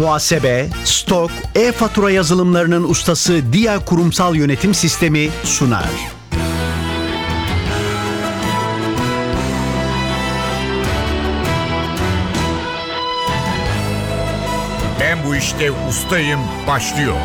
muhasebe, stok, e-fatura yazılımlarının ustası Dia Kurumsal Yönetim Sistemi sunar. Ben bu işte ustayım başlıyor.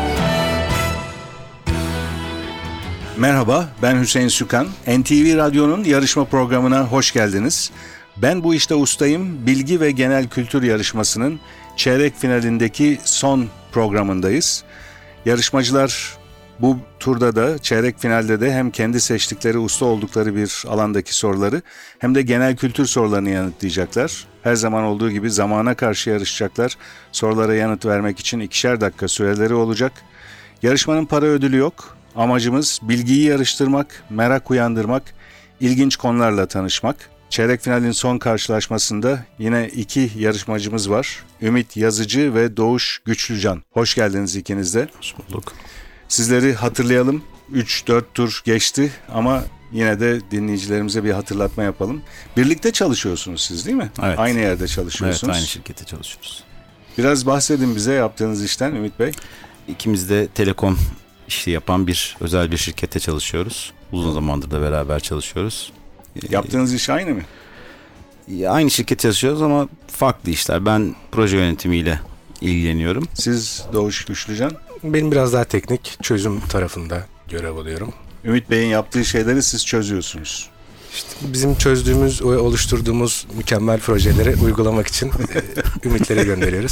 Merhaba, ben Hüseyin Sükan. NTV Radyo'nun yarışma programına hoş geldiniz. Ben bu işte ustayım, bilgi ve genel kültür yarışmasının çeyrek finalindeki son programındayız. Yarışmacılar bu turda da, çeyrek finalde de hem kendi seçtikleri usta oldukları bir alandaki soruları hem de genel kültür sorularını yanıtlayacaklar. Her zaman olduğu gibi zamana karşı yarışacaklar. Sorulara yanıt vermek için 2'şer dakika süreleri olacak. Yarışmanın para ödülü yok. Amacımız bilgiyi yarıştırmak, merak uyandırmak, ilginç konularla tanışmak. Çeyrek finalin son karşılaşmasında yine 2 yarışmacımız var. Ümit Yazıcı ve Doğuş Güçlücan. Hoş geldiniz ikiniz de. Hoş bulduk. Sizleri hatırlayalım. 3-4 tur geçti ama yine de dinleyicilerimize bir hatırlatma yapalım. Birlikte çalışıyorsunuz siz, değil mi? Evet. Aynı yerde çalışıyorsunuz. Evet, aynı şirkette çalışıyoruz. Biraz bahsedin bize yaptığınız işten Ümit Bey. İkimiz de telekom işi yapan özel bir şirkette çalışıyoruz. Uzun zamandır da beraber çalışıyoruz. Yaptığınız iş aynı mı? Aynı şirkette çalışıyoruz ama farklı işler. Ben proje yönetimiyle ilgileniyorum. Siz Doğuş Güçlücan? Benim biraz daha teknik çözüm tarafında görev alıyorum. Ümit Bey'in yaptığı şeyleri siz çözüyorsunuz. İşte bizim çözdüğümüz ve oluşturduğumuz mükemmel projeleri uygulamak için ümitlere gönderiyoruz.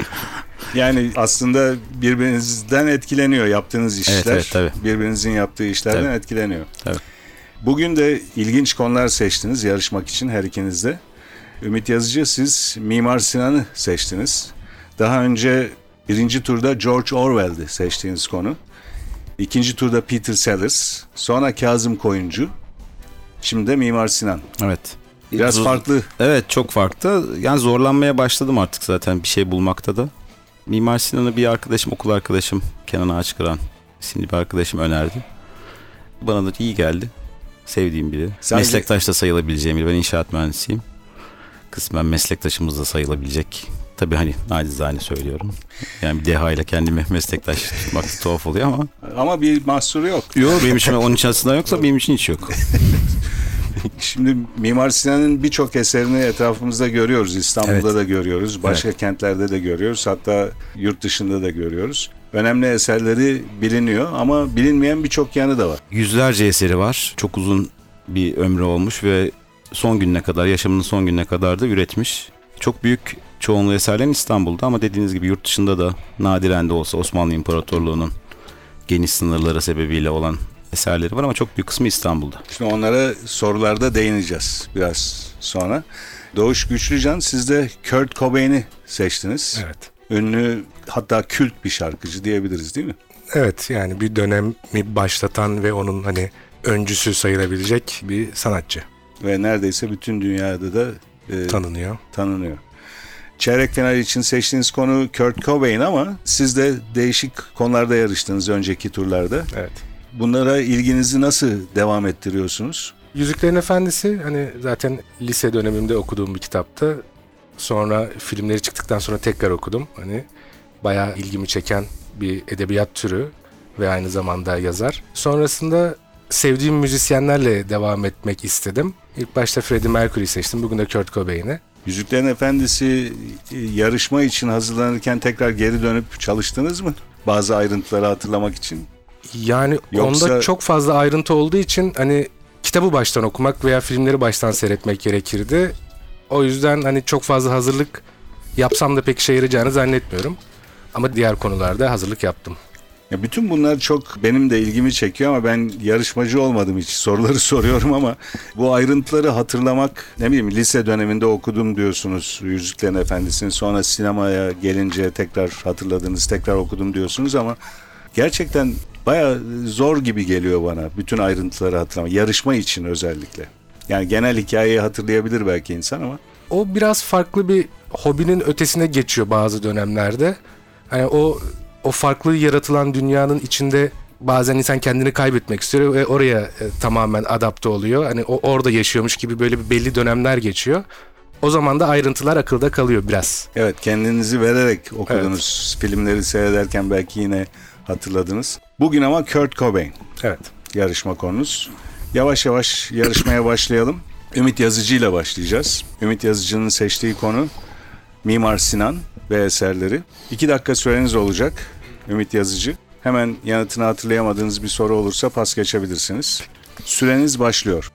Yani aslında birbirinizden etkileniyor yaptığınız işler. Evet, tabii. Birbirinizin yaptığı işlerden Tabii. etkileniyor. Tabii. Bugün de ilginç konular seçtiniz yarışmak için her ikiniz de. Ümit Yazıcı, siz Mimar Sinan'ı seçtiniz. Daha önce 1. turda George Orwell'di seçtiğiniz konu. 2. turda Peter Sellers. Sonra Kazım Koyuncu. Şimdi de Mimar Sinan. Evet. Biraz farklı. Evet, çok farklı. Yani zorlanmaya başladım artık zaten bir şey bulmakta da. Mimar Sinan'ı bir arkadaşım, okul arkadaşım Kenan Ağaçkıran isimli bir arkadaşım önerdi. Bana da iyi geldi. Sevdiğim biri. Meslektaş da sayılabileceğim biri. Ben inşaat mühendisiyim. Kısmen meslektaşımız da sayılabilecek. Tabii hani nacizane söylüyorum. Yani bir deha ile kendimi meslektaş tutmak tuhaf oluyor ama. Ama bir mahsuru yok. Yok, benim için onun için aslında yoksa benim için hiç yok. Şimdi Mimar Sinan'ın birçok eserini etrafımızda görüyoruz. İstanbul'da Evet. da görüyoruz. Başka kentlerde de görüyoruz. Hatta yurt dışında da görüyoruz. Önemli eserleri biliniyor ama bilinmeyen birçok yanı da var. Yüzlerce eseri var. Çok uzun bir ömrü olmuş ve son gününe kadar, yaşamının son gününe kadar da üretmiş. Çok büyük çoğunluğu eserlerin İstanbul'da ama dediğiniz gibi yurt dışında da nadiren de olsa Osmanlı İmparatorluğu'nun geniş sınırları sebebiyle olan eserleri var ama çok büyük kısmı İstanbul'da. Şimdi onlara sorularda değineceğiz biraz sonra. Doğuş Güçlücan, siz de Kurt Cobain'i seçtiniz. Evet. Ünlü, hatta kült bir şarkıcı diyebiliriz, değil mi? Evet, yani bir dönemi başlatan ve onun hani öncüsü sayılabilecek bir sanatçı. Ve neredeyse bütün dünyada da tanınıyor. Çeyrek final için seçtiğiniz konu Kurt Cobain ama siz de değişik konularda yarıştınız önceki turlarda. Evet. Bunlara ilginizi nasıl devam ettiriyorsunuz? Yüzüklerin Efendisi hani zaten lise dönemimde okuduğum bir kitaptı. Sonra filmleri çıktıktan sonra tekrar okudum. Hani bayağı ilgimi çeken bir edebiyat türü ve aynı zamanda yazar. Sonrasında sevdiğim müzisyenlerle devam etmek istedim. İlk başta Freddie Mercury'yi seçtim. Bugün de Kurt Cobain'i. Yüzüklerin Efendisi yarışma için hazırlanırken tekrar geri dönüp çalıştınız mı? Bazı ayrıntıları hatırlamak için. Yani onda çok fazla ayrıntı olduğu için hani kitabı baştan okumak veya filmleri baştan seyretmek gerekirdi. O yüzden hani çok fazla hazırlık yapsam da pek işe yarayacağını zannetmiyorum. Ama diğer konularda hazırlık yaptım. Ya bütün bunlar çok benim de ilgimi çekiyor ama ben yarışmacı olmadım, hiç soruları soruyorum ama bu ayrıntıları hatırlamak, ne bileyim, lise döneminde okudum diyorsunuz Yüzüklerin Efendisi'ni, sonra sinemaya gelince tekrar hatırladınız, tekrar okudum diyorsunuz ama gerçekten bayağı zor gibi geliyor bana bütün ayrıntıları hatırlamak, yarışma için özellikle. Yani genel hikayeyi hatırlayabilir belki insan ama. O biraz farklı bir hobinin ötesine geçiyor bazı dönemlerde. Hani o farklı yaratılan dünyanın içinde bazen insan kendini kaybetmek istiyor ve oraya tamamen adapte oluyor. Hani o orada yaşıyormuş gibi böyle bir belli dönemler geçiyor. O zaman da ayrıntılar akılda kalıyor biraz. Evet, kendinizi vererek okudunuz. Filmleri seyrederken belki yine hatırladınız. Bugün ama Kurt Cobain Evet. yarışma konumuz. Yavaş yavaş yarışmaya başlayalım. Ümit Yazıcı ile başlayacağız. Ümit Yazıcı'nın seçtiği konu Mimar Sinan ve eserleri. 2 dakika süreniz olacak Ümit Yazıcı. Hemen yanıtını hatırlayamadığınız bir soru olursa pas geçebilirsiniz. Süreniz başlıyor.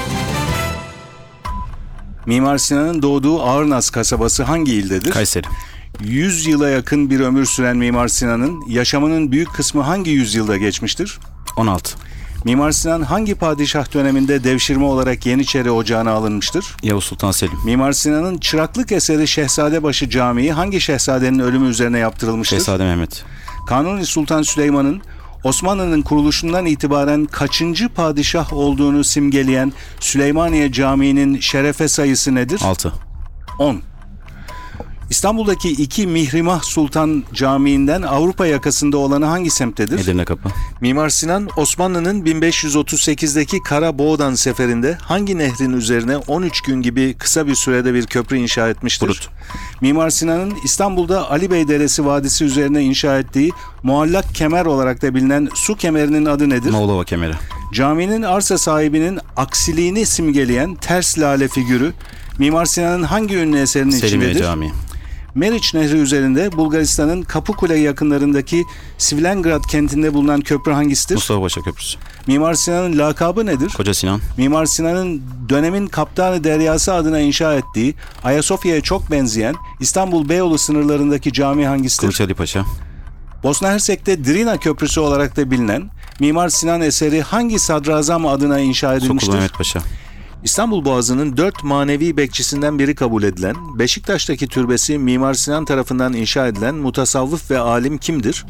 Mimar Sinan'ın doğduğu Ağırnaz kasabası hangi ildedir? Kayseri. 100 yıla yakın bir ömür süren Mimar Sinan'ın yaşamının büyük kısmı hangi yüzyılda geçmiştir? 16. Mimar Sinan hangi padişah döneminde devşirme olarak Yeniçeri Ocağı'na alınmıştır? Yavuz Sultan Selim. Mimar Sinan'ın çıraklık eseri Şehzadebaşı Camii hangi şehzadenin ölümü üzerine yaptırılmıştır? Şehzade Mehmet. Kanuni Sultan Süleyman'ın Osmanlı'nın kuruluşundan itibaren kaçıncı padişah olduğunu simgeleyen Süleymaniye Camii'nin şerefe sayısı nedir? 6. 10. İstanbul'daki 2 Mihrimah Sultan Camii'nden Avrupa yakasında olanı hangi semttedir? Edirne Kapı. Mimar Sinan, Osmanlı'nın 1538'deki Kara-Boğdan seferinde hangi nehrin üzerine 13 gün gibi kısa bir sürede bir köprü inşa etmiştir? Brut. Mimar Sinan'ın İstanbul'da Ali Bey Deresi Vadisi üzerine inşa ettiği muallak kemer olarak da bilinen su kemerinin adı nedir? Moğolova Kemeri. Caminin arsa sahibinin aksiliğini simgeleyen ters lale figürü Mimar Sinan'ın hangi ünlü eserinin Selimiye içindedir? Camii. Meriç Nehri üzerinde Bulgaristan'ın Kapıkule yakınlarındaki Svilengrad kentinde bulunan köprü hangisidir? Mustafa Paşa Köprüsü. Mimar Sinan'ın lakabı nedir? Koca Sinan. Mimar Sinan'ın dönemin Kaptanı Deryası adına inşa ettiği Ayasofya'ya çok benzeyen İstanbul Beyoğlu sınırlarındaki cami hangisidir? Kılıç Ali Paşa. Bosna Hersek'te Drina Köprüsü olarak da bilinen Mimar Sinan eseri hangi sadrazam adına inşa edilmiştir? Sokulu Mehmet Paşa. İstanbul Boğazı'nın 4 manevi bekçisinden biri kabul edilen, Beşiktaş'taki türbesi Mimar Sinan tarafından inşa edilen mutasavvıf ve alim kimdir?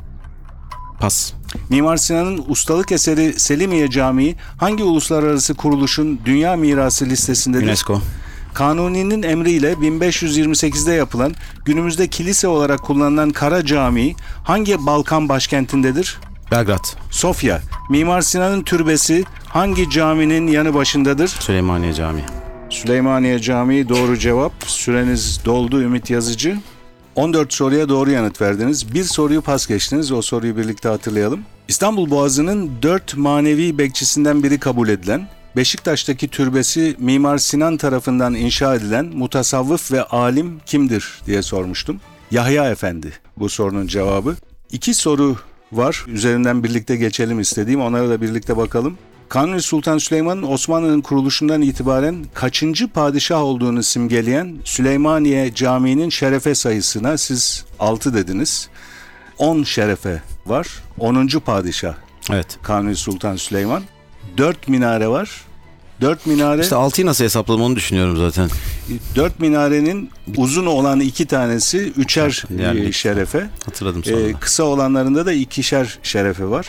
Pas. Mimar Sinan'ın ustalık eseri Selimiye Camii hangi uluslararası kuruluşun dünya mirası listesindedir? UNESCO. Kanuni'nin emriyle 1528'de yapılan, günümüzde kilise olarak kullanılan Kara Camii hangi Balkan başkentindedir? Belgrad. Sofya. Mimar Sinan'ın türbesi hangi caminin yanı başındadır? Süleymaniye Camii. Süleymaniye Camii doğru cevap. Süreniz doldu Ümit Yazıcı. 14 soruya doğru yanıt verdiniz. Bir soruyu pas geçtiniz. O soruyu birlikte hatırlayalım. İstanbul Boğazı'nın 4 manevi bekçisinden biri kabul edilen, Beşiktaş'taki türbesi Mimar Sinan tarafından inşa edilen mutasavvıf ve alim kimdir diye sormuştum. Yahya Efendi bu sorunun cevabı. 2 soru var. Üzerinden birlikte geçelim istediğim. Onlara da birlikte bakalım. Kanuni Sultan Süleyman'ın Osmanlı'nın kuruluşundan itibaren kaçıncı padişah olduğunu simgeleyen Süleymaniye Camii'nin şerefe sayısına siz 6 dediniz. 10 şerefe var. 10. padişah Evet. Kanuni Sultan Süleyman. 4 minare var. 4 minare, İşte 6'yı nasıl hesapladım onu düşünüyorum zaten. 4 minarenin uzun olan 2 tanesi 3'er Yani şerefe. Hatırladım sonra. Kısa olanlarında da 2'şer şerefe var.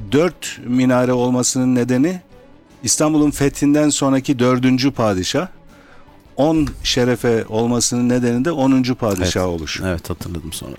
4 minare olmasının nedeni İstanbul'un fethinden sonraki 4. padişah. 10 şerefe olmasının nedeni de 10. padişah oluşu. Evet hatırladım sonra.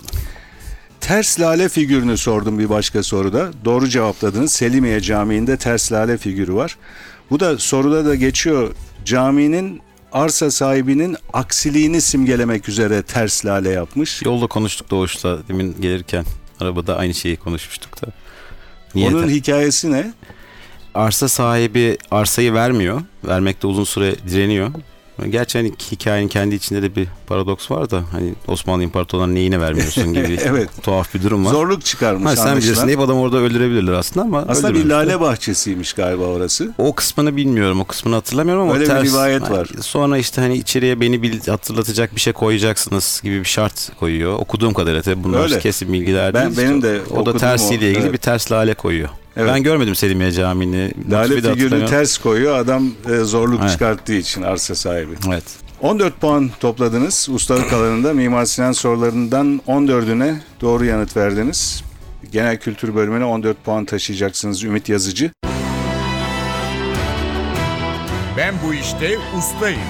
Ters lale figürünü sordum bir başka soruda. Doğru cevapladınız. Selimiye Camii'nde ters lale figürü var. Bu da soruda da geçiyor. Caminin arsa sahibinin aksiliğini simgelemek üzere ters lale yapmış. Yolda konuştuk Doğuş'la demin gelirken. Arabada aynı şeyi konuşmuştuk da. Onun hikayesi ne? Arsa sahibi arsayı vermiyor. Vermekte uzun süre direniyor. Gerçi hani hikayenin kendi içinde de bir paradoks var da hani Osmanlı İmparatorluğu'na neyine vermiyorsun gibi Evet. tuhaf bir durum var. Zorluk çıkarmış Ha, sen bilirsin anlaşılan. deyip adamı orada öldürebilirler aslında ama Aslında bir öldürmemişler. lale bahçesiymiş galiba orası. O kısmını bilmiyorum. O kısmını hatırlamıyorum ama Öyle bir rivayet hani var. Sonra işte hani içeriye beni hatırlatacak bir şey koyacaksınız gibi bir şart koyuyor. Okuduğum kadarıyla tabii bunlar Öyle. kesin bilgiler Ben- değil. benim de o da okuduğum tersiyle o, ilgili evet. bir ters lale koyuyor. Evet. Ben görmedim Selimiye Camii'ni. Lale Motifi de figürünü hatırlamıyorum. ters koyuyor. Adam zorluk Evet. çıkarttığı için arsa sahibi. Evet. 14 puan topladınız. Ustalık alanında Mimar Sinan sorularından 14'üne doğru yanıt verdiniz. Genel kültür bölümüne 14 puan taşıyacaksınız Ümit Yazıcı. Ben bu işte ustayım.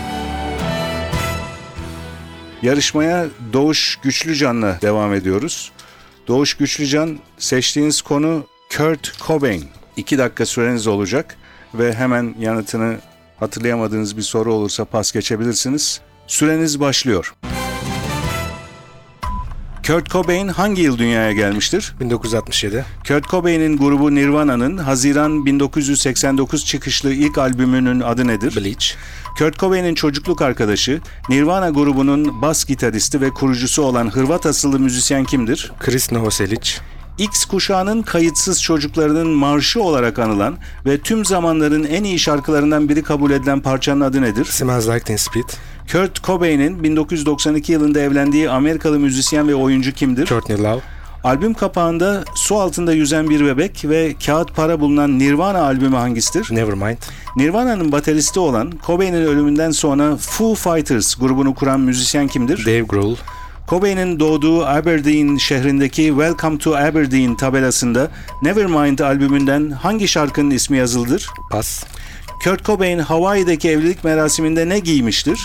Yarışmaya Doğuş Güçlücan'la devam ediyoruz. Doğuş Güçlücan, seçtiğiniz konu Kurt Cobain. 2 dakika süreniz olacak ve hemen yanıtını hatırlayamadığınız bir soru olursa pas geçebilirsiniz. Süreniz başlıyor. Kurt Cobain hangi yıl dünyaya gelmiştir? 1967. Kurt Cobain'in grubu Nirvana'nın Haziran 1989 çıkışlı ilk albümünün adı nedir? Bleach. Kurt Cobain'in çocukluk arkadaşı, Nirvana grubunun bas gitaristi ve kurucusu olan Hırvat asıllı müzisyen kimdir? Chris Novoselic. X kuşağının kayıtsız çocuklarının marşı olarak anılan ve tüm zamanların en iyi şarkılarından biri kabul edilen parçanın adı nedir? Smells Like Teen Spirit. Kurt Cobain'in 1992 yılında evlendiği Amerikalı müzisyen ve oyuncu kimdir? Courtney Love. Albüm kapağında su altında yüzen bir bebek ve kağıt para bulunan Nirvana albümü hangisidir? Nevermind. Nirvana'nın bateristi olan, Cobain'in ölümünden sonra Foo Fighters grubunu kuran müzisyen kimdir? Dave Grohl. Cobain'in doğduğu Aberdeen şehrindeki Welcome to Aberdeen tabelasında Nevermind albümünden hangi şarkının ismi yazılıdır? Pas. Kurt Cobain Hawaii'deki evlilik merasiminde ne giymiştir?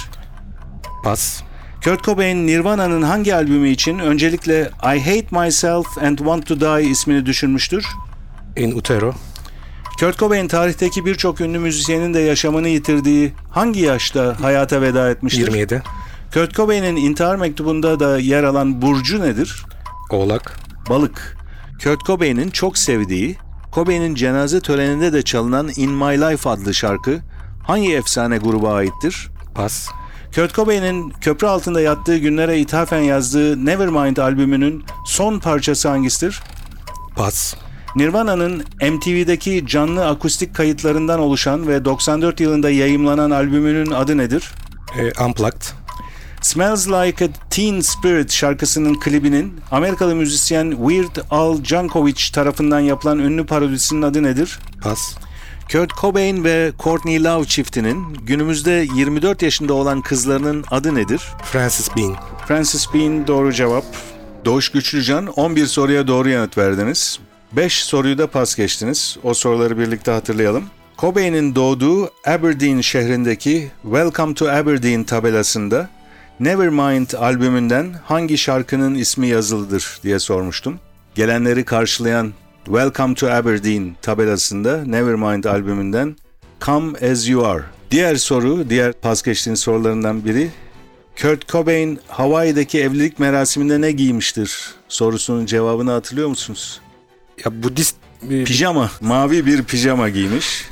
Pas. Kurt Cobain Nirvana'nın hangi albümü için öncelikle I Hate Myself and Want to Die ismini düşünmüştür? In Utero. Kurt Cobain tarihteki birçok ünlü müzisyenin de yaşamını yitirdiği hangi yaşta hayata veda etmiştir? 27. Kurt Cobain'in intihar mektubunda da yer alan burcu nedir? Oğlak. Balık. Kurt Cobain'in çok sevdiği, Cobain'in cenaze töreninde de çalınan In My Life adlı şarkı hangi efsane gruba aittir? Pas. Kurt Cobain'in köprü altında yattığı günlere ithafen yazdığı Nevermind albümünün son parçası hangisidir? Pas. Nirvana'nın MTV'deki canlı akustik kayıtlarından oluşan ve 94 yılında yayımlanan albümünün adı nedir? Unplugged. Smells Like a Teen Spirit şarkısının klibinin Amerikalı müzisyen Weird Al Yankovic tarafından yapılan ünlü parodisinin adı nedir? Pas. Kurt Cobain ve Courtney Love çiftinin günümüzde 24 yaşında olan kızlarının adı nedir? Frances Bean. Frances Bean doğru cevap. Doğuş Güçlücan 11 soruya doğru yanıt verdiniz. 5 soruyu da pas geçtiniz. O soruları birlikte hatırlayalım. Cobain'in doğduğu Aberdeen şehrindeki Welcome to Aberdeen tabelasında Nevermind albümünden hangi şarkının ismi yazılıdır diye sormuştum. Gelenleri karşılayan Welcome to Aberdeen tabelasında Nevermind albümünden Come As You Are. Diğer soru, diğer pas geçtiğin sorularından biri, Kurt Cobain Hawaii'deki evlilik merasiminde ne giymiştir sorusunun cevabını hatırlıyor musunuz? Ya Budist bir Pijama, mavi bir pijama giymiş.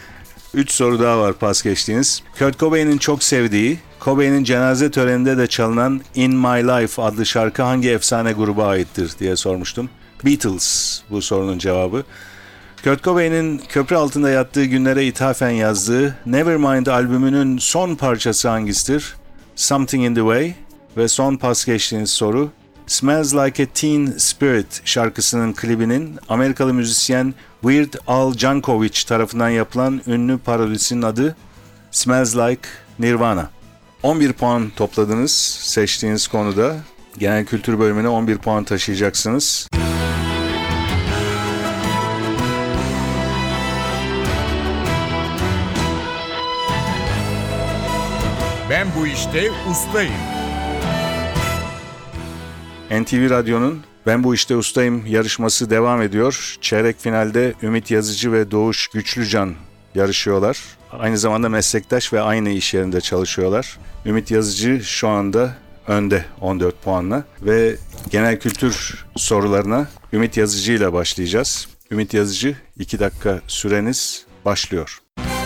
3 soru daha var pas geçtiğiniz. Kurt Cobain'in çok sevdiği, Cobain'in cenaze töreninde de çalınan In My Life adlı şarkı hangi efsane gruba aittir diye sormuştum. Beatles bu sorunun cevabı. Kurt Cobain'in köprü altında yattığı günlere ithafen yazdığı Nevermind albümünün son parçası hangisidir? Something in the Way. Ve son pas geçtiğiniz soru, Smells Like a Teen Spirit şarkısının klibinin Amerikalı müzisyen Weird Al Yankovic tarafından yapılan ünlü parodisinin adı Smells Like Nirvana. 11 puan topladınız seçtiğiniz konuda. Genel kültür bölümüne 11 puan taşıyacaksınız. Ben bu işte ustayım. NTV Radyo'nun Ben Bu İşte Ustayım yarışması devam ediyor. Çeyrek finalde Ümit Yazıcı ve Doğuş Güçlücan yarışıyorlar. Aynı zamanda meslektaş ve aynı iş yerinde çalışıyorlar. Ümit Yazıcı şu anda önde 14 puanla ve genel kültür sorularına Ümit Yazıcı ile başlayacağız. Ümit Yazıcı 2 dakika süreniz başlıyor.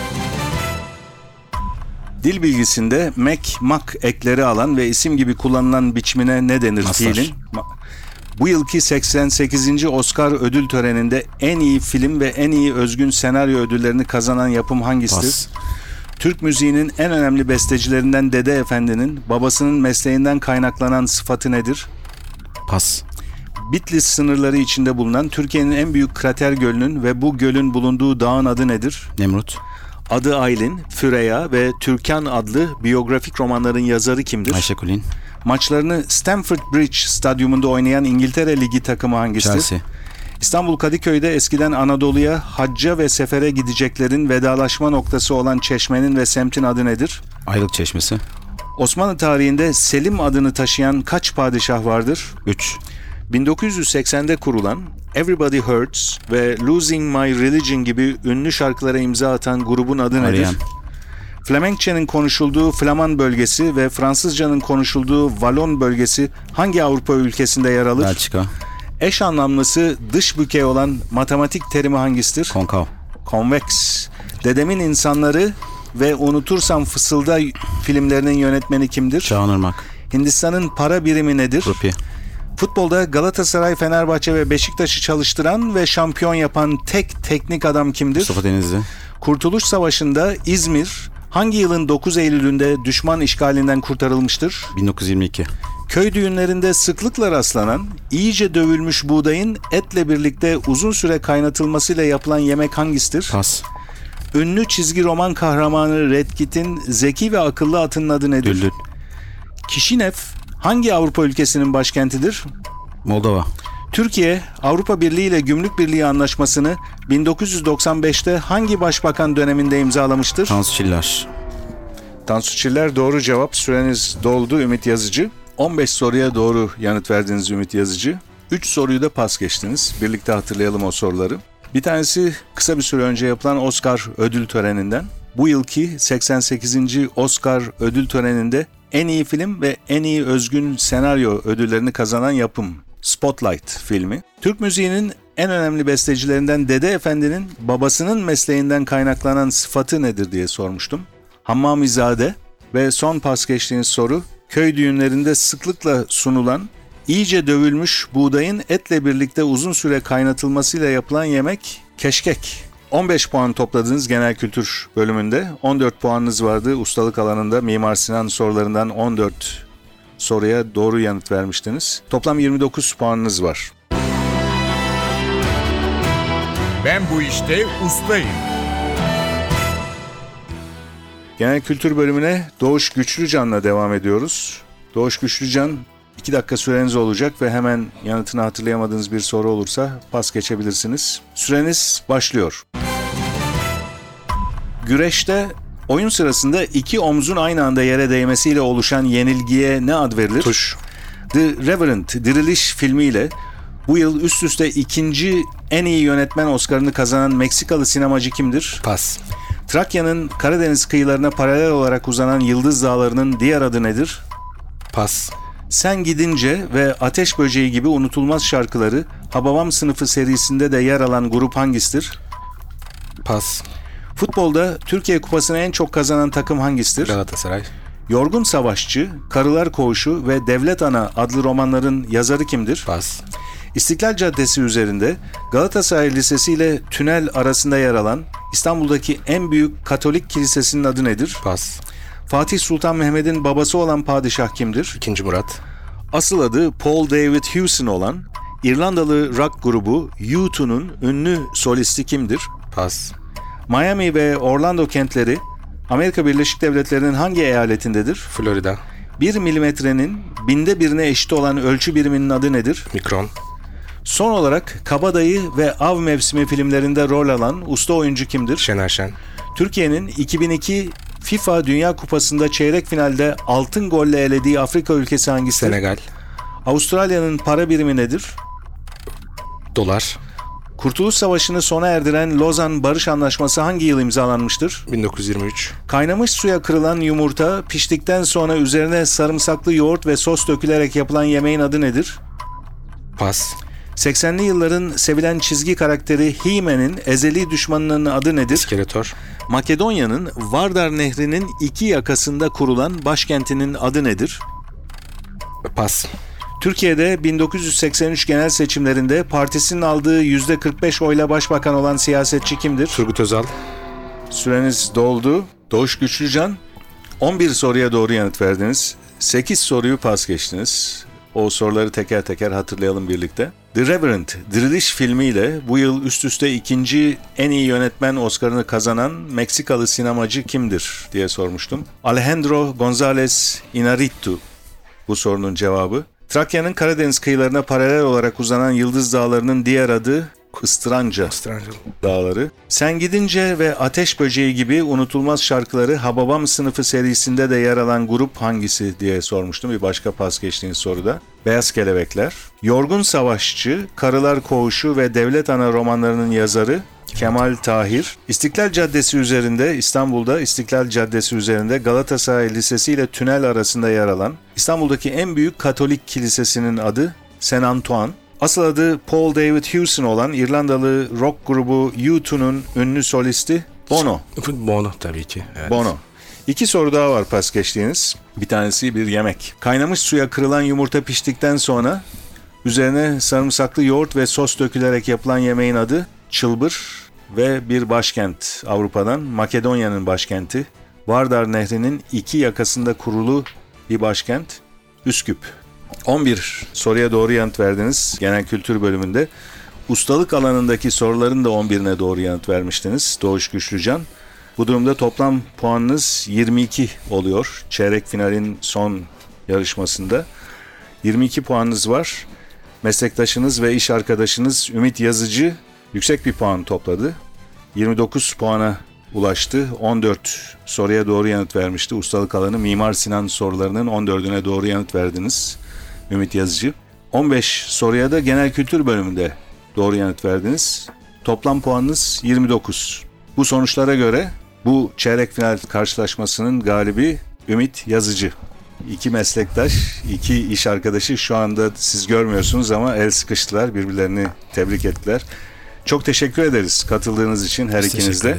Dil bilgisinde mek ekleri alan ve isim gibi kullanılan biçimine ne denir Mastar. fiilin? Bu yılki 88. Oscar ödül töreninde en iyi film ve en iyi özgün senaryo ödüllerini kazanan yapım hangisidir? Pas. Türk müziğinin en önemli bestecilerinden Dede Efendi'nin babasının mesleğinden kaynaklanan sıfatı nedir? Pas. Bitlis sınırları içinde bulunan Türkiye'nin en büyük krater gölünün ve bu gölün bulunduğu dağın adı nedir? Nemrut. Adı Aylin, Füreya ve Türkan adlı biyografik romanların yazarı kimdir? Ayşe Kulin. Maçlarını Stamford Bridge stadyumunda oynayan İngiltere Ligi takımı hangisidir? Chelsea. İstanbul Kadıköy'de eskiden Anadolu'ya hacca ve sefere gideceklerin vedalaşma noktası olan çeşmenin ve semtin adı nedir? Aylık Çeşmesi. Osmanlı tarihinde Selim adını taşıyan kaç padişah vardır? 3. 1980'de kurulan Everybody Hurts ve Losing My Religion gibi ünlü şarkılara imza atan grubun adı nedir? Arayan. Flemenkçenin konuşulduğu Flaman bölgesi ve Fransızcanın konuşulduğu Valon bölgesi hangi Avrupa ülkesinde yer alır? Belçika. Eş anlamlısı dış bükey olan matematik terimi hangisidir? Konkav. Convex. Dedemin İnsanları ve Unutursam Fısılda filmlerinin yönetmeni kimdir? Çağan Irmak. Hindistan'ın para birimi nedir? Rupi. Futbolda Galatasaray, Fenerbahçe ve Beşiktaş'ı çalıştıran ve şampiyon yapan tek teknik adam kimdir? Mustafa Denizli. Kurtuluş Savaşı'nda İzmir hangi yılın 9 Eylül'ünde düşman işgalinden kurtarılmıştır? 1922. Köy düğünlerinde sıklıkla rastlanan, iyice dövülmüş buğdayın etle birlikte uzun süre kaynatılmasıyla yapılan yemek hangisidir? Pas. Ünlü çizgi roman kahramanı Red Kit'in zeki ve akıllı atının adı nedir? Düldül. Kişinev hangi Avrupa ülkesinin başkentidir? Moldova. Türkiye, Avrupa Birliği ile Gümrük Birliği Anlaşması'nı 1995'te hangi başbakan döneminde imzalamıştır? Tansu Çiller. Tansu Çiller doğru cevap. Süreniz doldu Ümit Yazıcı. 15 soruya doğru yanıt verdiniz Ümit Yazıcı. 3 soruyu da pas geçtiniz. Birlikte hatırlayalım o soruları. Bir tanesi kısa bir süre önce yapılan Oscar ödül töreninden. Bu yılki 88. Oscar ödül töreninde en iyi film ve en iyi özgün senaryo ödüllerini kazanan yapım Spotlight filmi. Türk müziğinin en önemli bestecilerinden Dede Efendi'nin babasının mesleğinden kaynaklanan sıfatı nedir diye sormuştum. Hammamizade ve son pas geçtiğiniz soru köy düğünlerinde sıklıkla sunulan iyice dövülmüş buğdayın etle birlikte uzun süre kaynatılmasıyla yapılan yemek keşkek. 15 puan topladığınız genel kültür bölümünde 14 puanınız vardı. Ustalık alanında Mimar Sinan sorularından 14 soruya doğru yanıt vermiştiniz. Toplam 29 puanınız var. Ben bu işte ustayım. Genel kültür bölümüne Doğuş Güçlücan'la devam ediyoruz. Doğuş Güçlücan 2 dakika süreniz olacak ve hemen yanıtını hatırlayamadığınız bir soru olursa pas geçebilirsiniz. Süreniz başlıyor. Güreşte oyun sırasında iki omzun aynı anda yere değmesiyle oluşan yenilgiye ne ad verilir? Tuş. The Revenant Diriliş filmiyle bu yıl üst üste ikinci en iyi yönetmen Oscar'ını kazanan Meksikalı sinemacı kimdir? Pas. Trakya'nın Karadeniz kıyılarına paralel olarak uzanan Yıldız Dağları'nın diğer adı nedir? Pas. Sen Gidince ve Ateş Böceği gibi unutulmaz şarkıları Hababam Sınıfı serisinde de yer alan grup hangisidir? Pas. Futbolda Türkiye Kupası'nı en çok kazanan takım hangisidir? Galatasaray. Yorgun Savaşçı, Karılar Koğuşu ve Devlet Ana adlı romanların yazarı kimdir? Pas. İstiklal Caddesi üzerinde Galatasaray Lisesi ile tünel arasında yer alan İstanbul'daki en büyük Katolik kilisesinin adı nedir? Pas. Fatih Sultan Mehmet'in babası olan padişah kimdir? 2. Murat. Asıl adı Paul David Hewson olan İrlandalı rock grubu U2'nun ünlü solisti kimdir? Pas. Miami ve Orlando kentleri Amerika Birleşik Devletleri'nin hangi eyaletindedir? Florida. 1 milimetrenin binde birine eşit olan ölçü biriminin adı nedir? Mikron. Son olarak Kabadayı ve Av Mevsimi filmlerinde rol alan usta oyuncu kimdir? Şener Şen. Türkiye'nin 2002 FIFA Dünya Kupası'nda çeyrek finalde altın golle elediği Afrika ülkesi hangisidir? Senegal. Avustralya'nın para birimi nedir? Dolar. Kurtuluş Savaşı'nı sona erdiren Lozan Barış Anlaşması hangi yıl imzalanmıştır? 1923. Kaynamış suya kırılan yumurta piştikten sonra üzerine sarımsaklı yoğurt ve sos dökülerek yapılan yemeğin adı nedir? Pas. 80'li yılların sevilen çizgi karakteri He-Man'in ezeli düşmanının adı nedir? İskeletor. Makedonya'nın Vardar Nehri'nin iki yakasında kurulan başkentinin adı nedir? Pas. Türkiye'de 1983 genel seçimlerinde partisinin aldığı %45 oyla başbakan olan siyasetçi kimdir? Turgut Özal. Süreniz doldu. Doğuş Güçlücan, 11 soruya doğru yanıt verdiniz. 8 soruyu pas geçtiniz. O soruları teker teker hatırlayalım birlikte. The Revenant Diriliş filmiyle bu yıl üst üste ikinci en iyi yönetmen Oscar'ını kazanan Meksikalı sinemacı kimdir diye sormuştum. Alejandro González Iñárritu bu sorunun cevabı. Trakya'nın Karadeniz kıyılarına paralel olarak uzanan Yıldız Dağları'nın diğer adı Istranca Dağları. Sen Gidince ve Ateş Böceği gibi unutulmaz şarkıları Hababam Sınıfı serisinde de yer alan grup hangisi diye sormuştum bir başka pas geçtiğiniz soruda. Beyaz Kelebekler. Yorgun Savaşçı, Karılar Koğuşu ve Devlet Ana romanlarının yazarı Kemal Tahir. İstiklal Caddesi üzerinde, İstanbul'da İstiklal Caddesi üzerinde Galatasaray Lisesi ile tünel arasında yer alan İstanbul'daki en büyük Katolik kilisesinin adı Saint Antoine. Asıl adı Paul David Hewson olan İrlandalı rock grubu U2'nun ünlü solisti Bono. Bono tabii ki. Evet. Bono. 2 soru daha var pas geçtiğiniz. Bir tanesi bir yemek. Kaynamış suya kırılan yumurta piştikten sonra üzerine sarımsaklı yoğurt ve sos dökülerek yapılan yemeğin adı çılbır ve bir başkent Avrupa'dan, Makedonya'nın başkenti. Vardar Nehri'nin 2 yakasında kurulu bir başkent Üsküp. 11 soruya doğru yanıt verdiniz genel kültür bölümünde. Ustalık alanındaki soruların da 11'ine doğru yanıt vermiştiniz Doğuş Güçlücan. Bu durumda toplam puanınız 22 oluyor. Çeyrek finalin son yarışmasında. 22 puanınız var. Meslektaşınız ve iş arkadaşınız Ümit Yazıcı yüksek bir puan topladı. 29 puana ulaştı. 14 soruya doğru yanıt vermişti. Ustalık alanı Mimar Sinan sorularının 14'üne doğru yanıt verdiniz Ümit Yazıcı. 15 soruya da genel kültür bölümünde doğru yanıt verdiniz. Toplam puanınız 29. Bu sonuçlara göre bu çeyrek final karşılaşmasının galibi Ümit Yazıcı. 2 meslektaş, 2 iş arkadaşı şu anda siz görmüyorsunuz ama el sıkıştılar, birbirlerini tebrik ettiler. Çok teşekkür ederiz katıldığınız için her ikiniz de.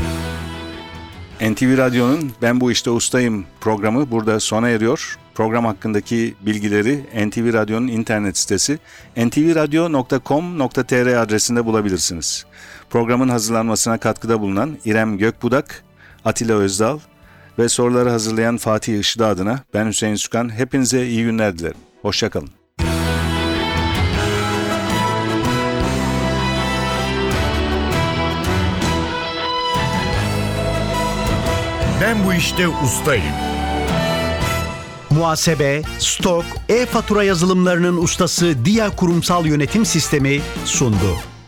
NTV Radyo'nun Ben Bu İşte Ustayım programı burada sona eriyor. Program hakkındaki bilgileri NTV Radyo'nun internet sitesi ntvradio.com.tr adresinde bulabilirsiniz. Programın hazırlanmasına katkıda bulunan İrem Gökbudak, Atilla Özdal ve soruları hazırlayan Fatih Işıdı adına ben Hüseyin Sükan. Hepinize iyi günler dilerim. Hoşça kalın. Ben bu işte ustayım. Muhasebe, stok, e-fatura yazılımlarının ustası Dia Kurumsal Yönetim Sistemi sundu.